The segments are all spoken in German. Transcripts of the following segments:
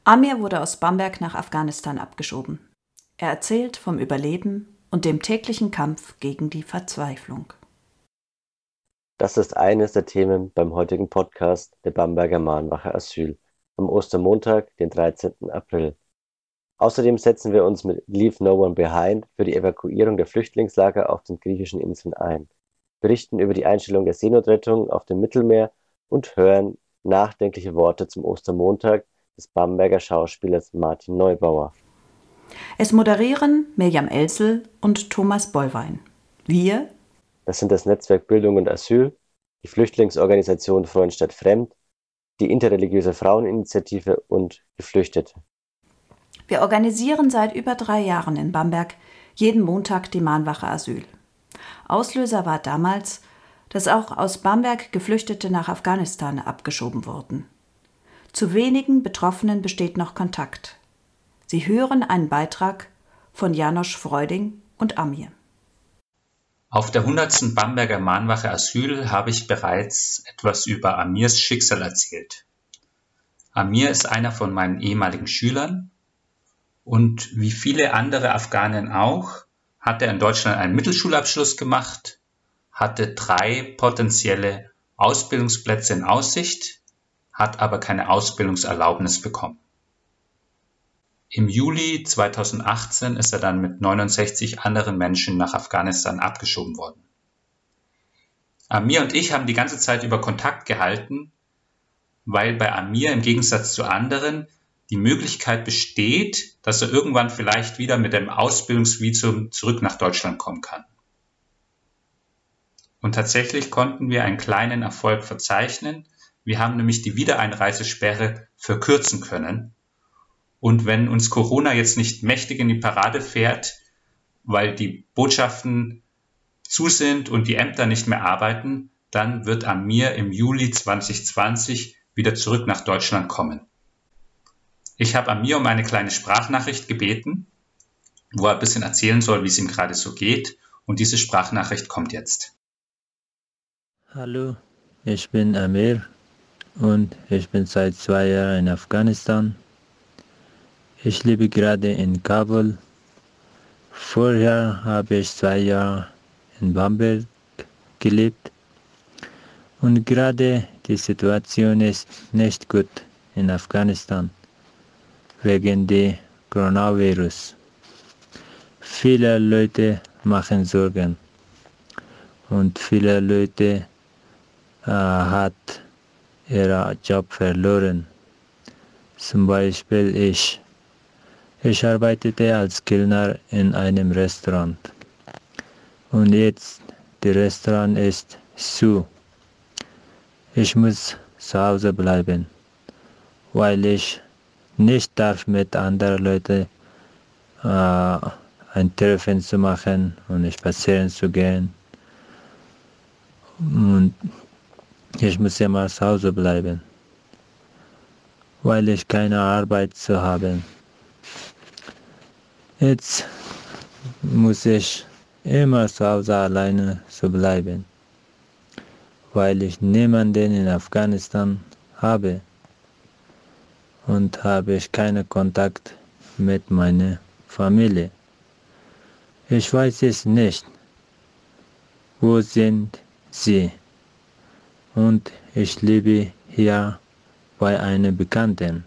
Amir wurde aus Bamberg nach Afghanistan abgeschoben. Er erzählt vom Überleben und dem täglichen Kampf gegen die Verzweiflung. Das ist eines der Themen beim heutigen Podcast der Bamberger Mahnwache Asyl am Ostermontag, den 13. April. Außerdem setzen wir uns mit Leave No One Behind für die Evakuierung der Flüchtlingslager auf den griechischen Inseln ein, berichten über die Einstellung der Seenotrettung auf dem Mittelmeer und hören nachdenkliche Worte zum Ostermontag des Bamberger Schauspielers Martin Neubauer. Es moderieren Mirjam Elsel und Thomas Bollwein. Wir, das sind das Netzwerk Bildung und Asyl, die Flüchtlingsorganisation Freund statt Fremd, die interreligiöse Fraueninitiative und Geflüchtete. Wir organisieren seit über 3 Jahren in Bamberg jeden Montag die Mahnwache Asyl. Auslöser war damals, dass auch aus Bamberg Geflüchtete nach Afghanistan abgeschoben wurden. Zu wenigen Betroffenen besteht noch Kontakt. Sie hören einen Beitrag von Janosch Freuding und Amir. Auf der 100. Bamberger Mahnwache Asyl habe ich bereits etwas über Amirs Schicksal erzählt. Amir ist einer von meinen ehemaligen Schülern und wie viele andere Afghanen auch, hat er in Deutschland einen Mittelschulabschluss gemacht, hatte 3 potenzielle Ausbildungsplätze in Aussicht, hat aber keine Ausbildungserlaubnis bekommen. Im Juli 2018 ist er dann mit 69 anderen Menschen nach Afghanistan abgeschoben worden. Amir und ich haben die ganze Zeit über Kontakt gehalten, weil bei Amir im Gegensatz zu anderen die Möglichkeit besteht, dass er irgendwann vielleicht wieder mit dem Ausbildungsvisum zurück nach Deutschland kommen kann. Und tatsächlich konnten wir einen kleinen Erfolg verzeichnen. Wir haben nämlich die Wiedereinreisesperre verkürzen können. Und wenn uns Corona jetzt nicht mächtig in die Parade fährt, weil die Botschaften zu sind und die Ämter nicht mehr arbeiten, dann wird Amir im Juli 2020 wieder zurück nach Deutschland kommen. Ich habe Amir um eine kleine Sprachnachricht gebeten, wo er ein bisschen erzählen soll, wie es ihm gerade so geht. Und diese Sprachnachricht kommt jetzt. Hallo, ich bin Amir und ich bin seit 2 Jahren in Afghanistan. Ich lebe gerade in Kabul. Vorher habe ich 2 Jahre in Bamberg gelebt. Und gerade die Situation ist nicht gut in Afghanistan wegen des Coronavirus. Viele Leute machen Sorgen und viele Leute hat ihren Job verloren. Zum Beispiel ich. Ich arbeitete als Kellner in einem Restaurant und jetzt das Restaurant ist zu. Ich muss zu Hause bleiben, weil ich nicht darf mit anderen Leuten ein Treffen zu machen und spazieren zu gehen. Und ich muss immer zu Hause bleiben, weil ich keine Arbeit zu haben. Jetzt muss ich immer zu Hause alleine zu bleiben, weil ich niemanden in Afghanistan habe und habe ich keinen Kontakt mit meiner Familie. Ich weiß es nicht, wo sind sie, und ich lebe hier bei einem Bekannten.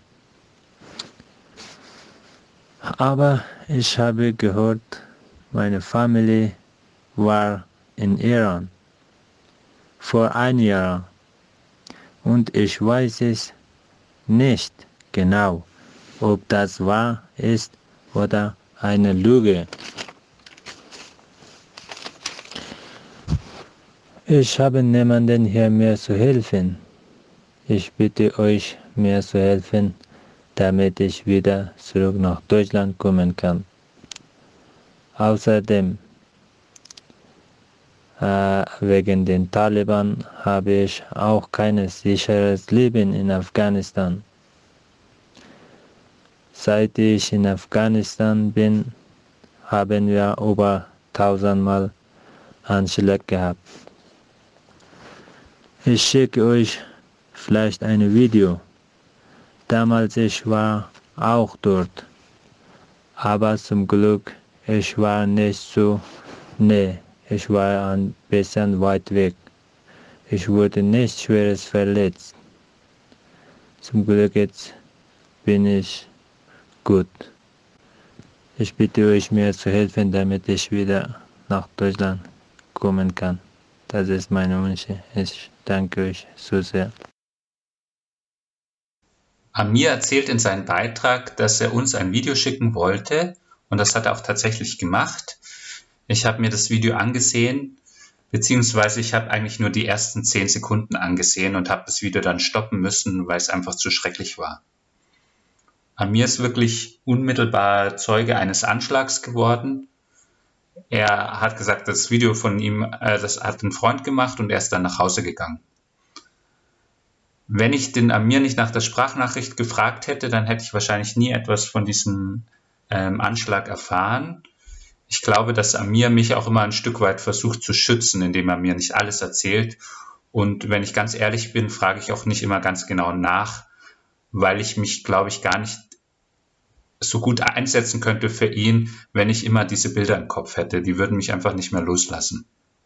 Aber ich habe gehört, meine Familie war in Iran vor 1 Jahr und ich weiß es nicht genau, ob das wahr ist oder eine Lüge. Ich habe niemanden hier mehr zu helfen. Ich bitte euch, mir zu helfen, damit ich wieder zurück nach Deutschland kommen kann. Außerdem, wegen den Taliban habe ich auch kein sicheres Leben in Afghanistan. Seit ich in Afghanistan bin, haben wir über 1000 Mal Anschläge gehabt. Ich schicke euch vielleicht ein Video. Damals ich war auch dort. Aber zum Glück, ich war nicht so nah. Ich war ein bisschen weit weg. Ich wurde nicht schweres verletzt. Zum Glück jetzt bin ich gut. Ich bitte euch, mir zu helfen, damit ich wieder nach Deutschland kommen kann. Das ist meine Wunsch. Ich danke euch so sehr. Amir erzählt in seinem Beitrag, dass er uns ein Video schicken wollte und das hat er auch tatsächlich gemacht. Ich habe mir das Video angesehen, beziehungsweise ich habe eigentlich nur die ersten 10 Sekunden angesehen und habe das Video dann stoppen müssen, weil es einfach zu schrecklich war. Amir ist wirklich unmittelbar Zeuge eines Anschlags geworden. Er hat gesagt, das Video von ihm, das hat ein Freund gemacht und er ist dann nach Hause gegangen. Wenn ich den Amir nicht nach der Sprachnachricht gefragt hätte, dann hätte ich wahrscheinlich nie etwas von diesem Anschlag erfahren. Ich glaube, dass Amir mich auch immer ein Stück weit versucht zu schützen, indem er mir nicht alles erzählt. Und wenn ich ganz ehrlich bin, frage ich auch nicht immer ganz genau nach, weil ich mich, glaube ich, gar nicht so gut einsetzen könnte für ihn, wenn ich immer diese Bilder im Kopf hätte. Die würden mich einfach nicht mehr loslassen.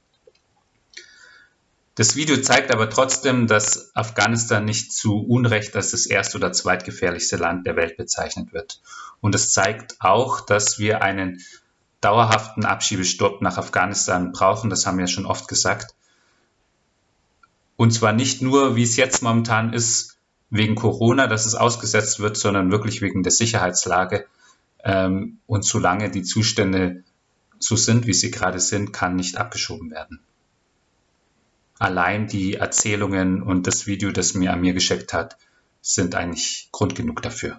Das Video zeigt aber trotzdem, dass Afghanistan nicht zu Unrecht als das erst- oder zweitgefährlichste Land der Welt bezeichnet wird. Und es zeigt auch, dass wir einen dauerhaften Abschiebestopp nach Afghanistan brauchen. Das haben wir ja schon oft gesagt. Und zwar nicht nur, wie es jetzt momentan ist, wegen Corona, dass es ausgesetzt wird, sondern wirklich wegen der Sicherheitslage. Und solange die Zustände so sind, wie sie gerade sind, kann nicht abgeschoben werden. Allein die Erzählungen und das Video, das mir Amir geschickt hat, sind eigentlich Grund genug dafür.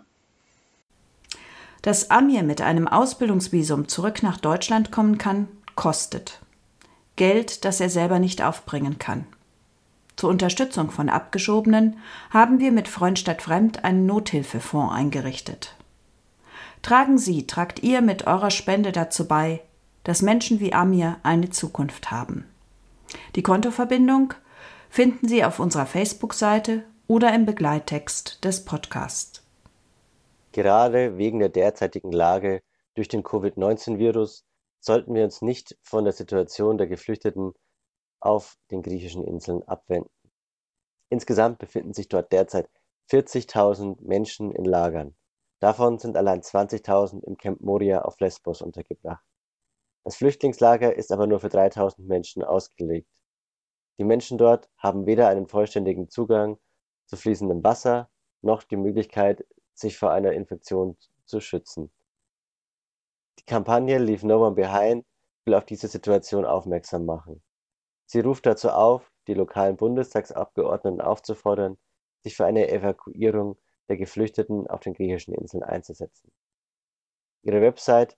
Dass Amir mit einem Ausbildungsvisum zurück nach Deutschland kommen kann, kostet Geld, das er selber nicht aufbringen kann. Zur Unterstützung von Abgeschobenen haben wir mit Freund statt Fremd einen Nothilfefonds eingerichtet. Tragt ihr mit eurer Spende dazu bei, dass Menschen wie Amir eine Zukunft haben. Die Kontoverbindung finden Sie auf unserer Facebook-Seite oder im Begleittext des Podcasts. Gerade wegen der derzeitigen Lage durch den Covid-19-Virus sollten wir uns nicht von der Situation der Geflüchteten auf den griechischen Inseln abwenden. Insgesamt befinden sich dort derzeit 40.000 Menschen in Lagern. Davon sind allein 20.000 im Camp Moria auf Lesbos untergebracht. Das Flüchtlingslager ist aber nur für 3.000 Menschen ausgelegt. Die Menschen dort haben weder einen vollständigen Zugang zu fließendem Wasser, noch die Möglichkeit, sich vor einer Infektion zu schützen. Die Kampagne Leave No One Behind will auf diese Situation aufmerksam machen. Sie ruft dazu auf, die lokalen Bundestagsabgeordneten aufzufordern, sich für eine Evakuierung der Geflüchteten auf den griechischen Inseln einzusetzen. Ihre Website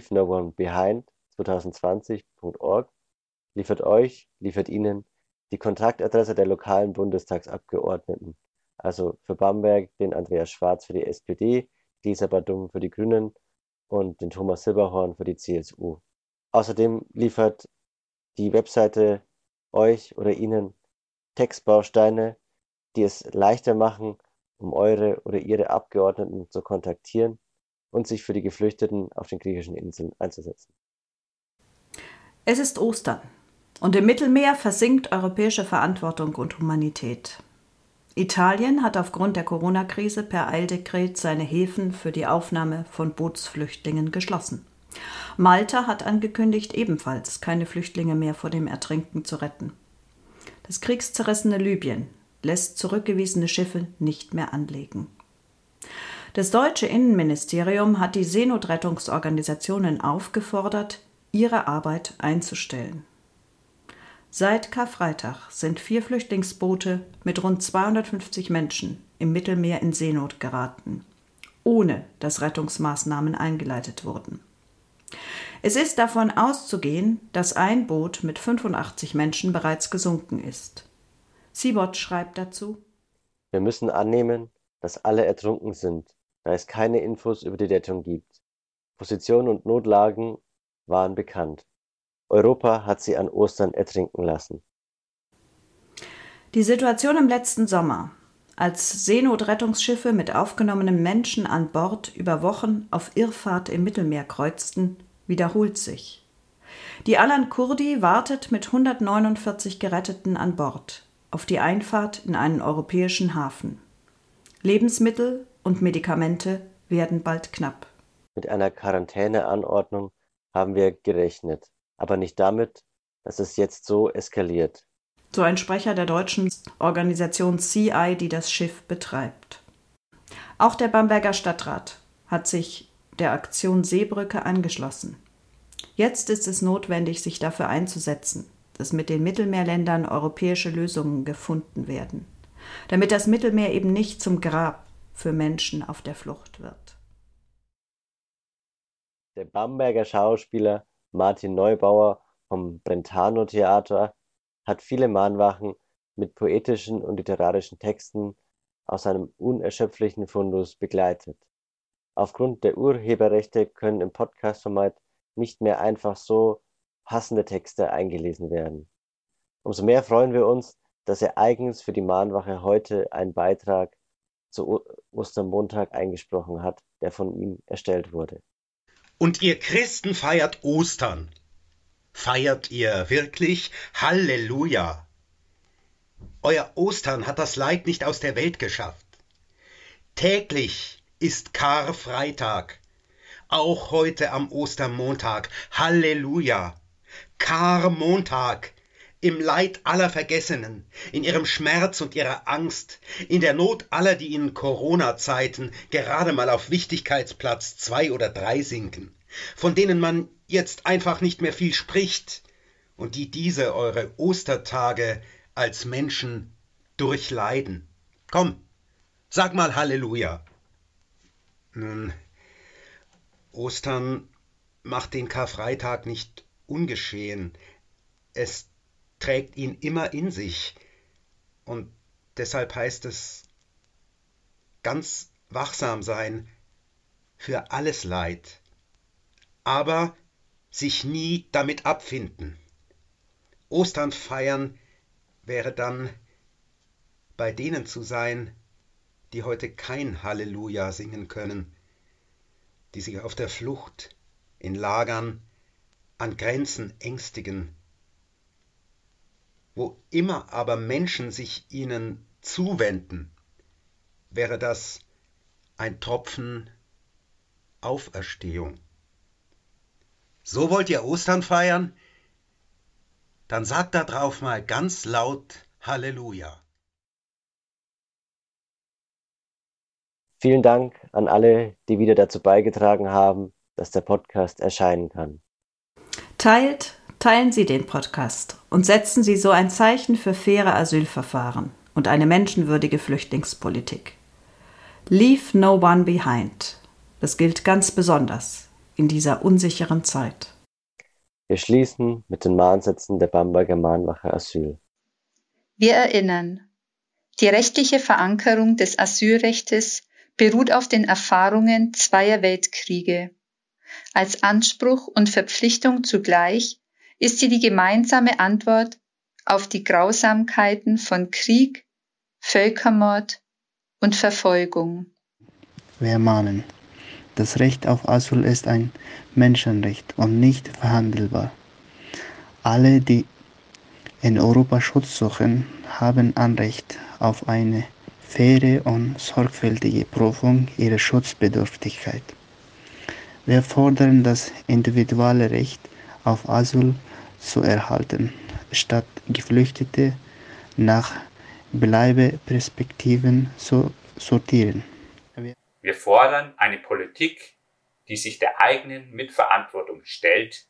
leavenoOneBehind2020.org liefert Ihnen die Kontaktadresse der lokalen Bundestagsabgeordneten, also für Bamberg den Andreas Schwarz für die SPD, Lisa Badum für die Grünen und den Thomas Silberhorn für die CSU. Außerdem liefert die Webseite euch oder Ihnen Textbausteine, die es leichter machen, um eure oder ihre Abgeordneten zu kontaktieren und sich für die Geflüchteten auf den griechischen Inseln einzusetzen. Es ist Ostern und im Mittelmeer versinkt europäische Verantwortung und Humanität. Italien hat aufgrund der Corona-Krise per Eildekret seine Häfen für die Aufnahme von Bootsflüchtlingen geschlossen. Malta hat angekündigt, ebenfalls keine Flüchtlinge mehr vor dem Ertrinken zu retten. Das kriegszerrissene Libyen lässt zurückgewiesene Schiffe nicht mehr anlegen. Das deutsche Innenministerium hat die Seenotrettungsorganisationen aufgefordert, ihre Arbeit einzustellen. Seit Karfreitag sind 4 Flüchtlingsboote mit rund 250 Menschen im Mittelmeer in Seenot geraten, ohne dass Rettungsmaßnahmen eingeleitet wurden. Es ist davon auszugehen, dass ein Boot mit 85 Menschen bereits gesunken ist. Sibot schreibt dazu: Wir müssen annehmen, dass alle ertrunken sind, da es keine Infos über die Rettung gibt. Positionen und Notlagen waren bekannt. Europa hat sie an Ostern ertrinken lassen. Die Situation im letzten Sommer, als Seenotrettungsschiffe mit aufgenommenen Menschen an Bord über Wochen auf Irrfahrt im Mittelmeer kreuzten, wiederholt sich. Die Alan Kurdi wartet mit 149 Geretteten an Bord auf die Einfahrt in einen europäischen Hafen. Lebensmittel und Medikamente werden bald knapp. Mit einer Quarantäneanordnung haben wir gerechnet, aber nicht damit, dass es jetzt so eskaliert. So ein Sprecher der deutschen Organisation CI, die das Schiff betreibt. Auch der Bamberger Stadtrat hat sich der Aktion Seebrücke angeschlossen. Jetzt ist es notwendig, sich dafür einzusetzen, dass mit den Mittelmeerländern europäische Lösungen gefunden werden, damit das Mittelmeer eben nicht zum Grab für Menschen auf der Flucht wird. Der Bamberger Schauspieler Martin Neubauer vom Brentano Theater hat viele Mahnwachen mit poetischen und literarischen Texten aus einem unerschöpflichen Fundus begleitet. Aufgrund der Urheberrechte können im Podcast-Format nicht mehr einfach so passende Texte eingelesen werden. Umso mehr freuen wir uns, dass er eigens für die Mahnwache heute einen Beitrag zu Ostermontag eingesprochen hat, der von ihm erstellt wurde. Und ihr Christen feiert Ostern. Feiert ihr wirklich? Halleluja! Euer Ostern hat das Leid nicht aus der Welt geschafft. Täglich ist Karfreitag. Auch heute am Ostermontag. Halleluja! Karmontag. Im Leid aller Vergessenen, in ihrem Schmerz und ihrer Angst, in der Not aller, die in Corona-Zeiten gerade mal auf Wichtigkeitsplatz 2 oder 3 sinken, von denen man jetzt einfach nicht mehr viel spricht und die diese eure Ostertage als Menschen durchleiden. Komm, sag mal Halleluja. Nun, Ostern macht den Karfreitag nicht ungeschehen. Es trägt ihn immer in sich. Und deshalb heißt es ganz wachsam sein für alles Leid, aber sich nie damit abfinden. Ostern feiern wäre dann bei denen zu sein, die heute kein Halleluja singen können, die sich auf der Flucht, in Lagern, an Grenzen ängstigen. Wo immer aber Menschen sich ihnen zuwenden, wäre das ein Tropfen Auferstehung. So wollt ihr Ostern feiern? Dann sagt da drauf mal ganz laut Halleluja. Vielen Dank an alle, die wieder dazu beigetragen haben, dass der Podcast erscheinen kann. Teilen Sie den Podcast und setzen Sie so ein Zeichen für faire Asylverfahren und eine menschenwürdige Flüchtlingspolitik. Leave no one behind. Das gilt ganz besonders in dieser unsicheren Zeit. Wir schließen mit den Mahnsätzen der Bamberger Mahnwache Asyl. Wir erinnern, die rechtliche Verankerung des Asylrechtes beruht auf den Erfahrungen zweier Weltkriege. Als Anspruch und Verpflichtung zugleich ist sie die gemeinsame Antwort auf die Grausamkeiten von Krieg, Völkermord und Verfolgung. Wir mahnen, das Recht auf Asyl ist ein Menschenrecht und nicht verhandelbar. Alle, die in Europa Schutz suchen, haben Anrecht auf eine faire und sorgfältige Prüfung ihrer Schutzbedürftigkeit. Wir fordern das individuelle Recht auf Asyl zu erhalten, statt Geflüchtete nach Bleibeperspektiven zu sortieren. Wir fordern eine Politik, die sich der eigenen Mitverantwortung stellt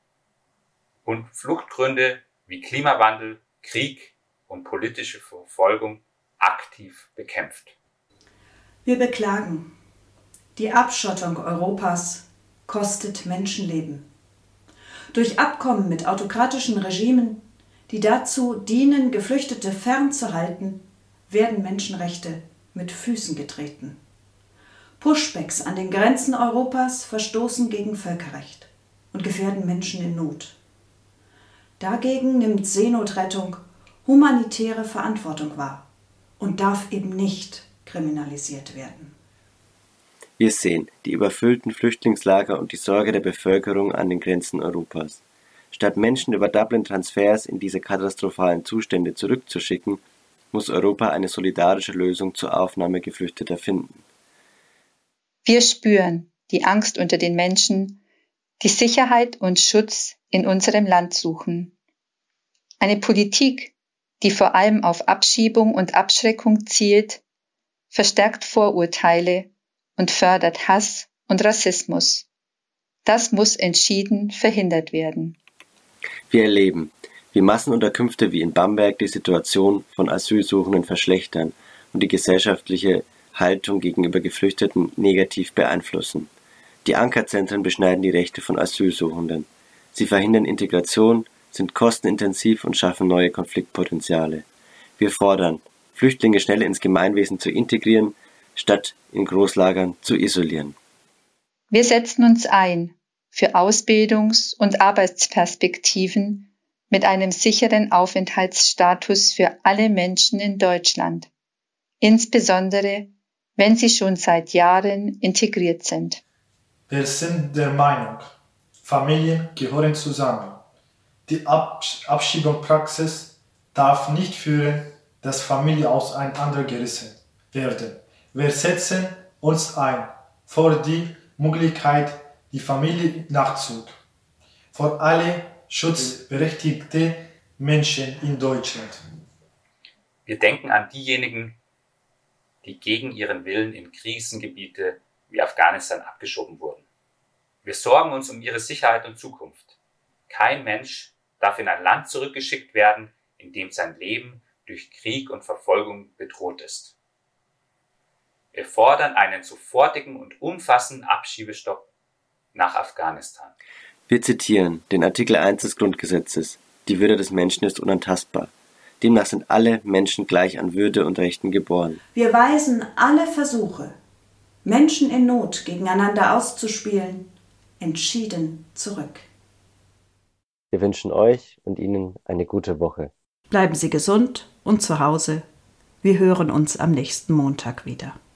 und Fluchtgründe wie Klimawandel, Krieg und politische Verfolgung aktiv bekämpft. Wir beklagen, die Abschottung Europas kostet Menschenleben. Durch Abkommen mit autokratischen Regimen, die dazu dienen, Geflüchtete fernzuhalten, werden Menschenrechte mit Füßen getreten. Pushbacks an den Grenzen Europas verstoßen gegen Völkerrecht und gefährden Menschen in Not. Dagegen nimmt Seenotrettung humanitäre Verantwortung wahr und darf eben nicht kriminalisiert werden. Wir sehen die überfüllten Flüchtlingslager und die Sorge der Bevölkerung an den Grenzen Europas. Statt Menschen über Dublin-Transfers in diese katastrophalen Zustände zurückzuschicken, muss Europa eine solidarische Lösung zur Aufnahme Geflüchteter finden. Wir spüren die Angst unter den Menschen, die Sicherheit und Schutz in unserem Land suchen. Eine Politik, die vor allem auf Abschiebung und Abschreckung zielt, verstärkt Vorurteile und fördert Hass und Rassismus. Das muss entschieden verhindert werden. Wir erleben, wie Massenunterkünfte wie in Bamberg die Situation von Asylsuchenden verschlechtern und die gesellschaftliche Haltung gegenüber Geflüchteten negativ beeinflussen. Die Ankerzentren beschneiden die Rechte von Asylsuchenden. Sie verhindern Integration, sind kostenintensiv und schaffen neue Konfliktpotenziale. Wir fordern, Flüchtlinge schneller ins Gemeinwesen zu integrieren, statt in Großlagern zu isolieren. Wir setzen uns ein für Ausbildungs- und Arbeitsperspektiven mit einem sicheren Aufenthaltsstatus für alle Menschen in Deutschland, insbesondere wenn sie schon seit Jahren integriert sind. Wir sind der Meinung, Familien gehören zusammen. Die Abschiebungspraxis darf nicht führen, dass Familien auseinandergerissen werden. Wir setzen uns ein für die Möglichkeit, die Familie nachzug, für alle schutzberechtigte Menschen in Deutschland. Wir denken an diejenigen, die gegen ihren Willen in Krisengebiete wie Afghanistan abgeschoben wurden. Wir sorgen uns um ihre Sicherheit und Zukunft. Kein Mensch darf in ein Land zurückgeschickt werden, in dem sein Leben durch Krieg und Verfolgung bedroht ist. Wir fordern einen sofortigen und umfassenden Abschiebestopp nach Afghanistan. Wir zitieren den Artikel 1 des Grundgesetzes. Die Würde des Menschen ist unantastbar. Demnach sind alle Menschen gleich an Würde und Rechten geboren. Wir weisen alle Versuche, Menschen in Not gegeneinander auszuspielen, entschieden zurück. Wir wünschen euch und Ihnen eine gute Woche. Bleiben Sie gesund und zu Hause. Wir hören uns am nächsten Montag wieder.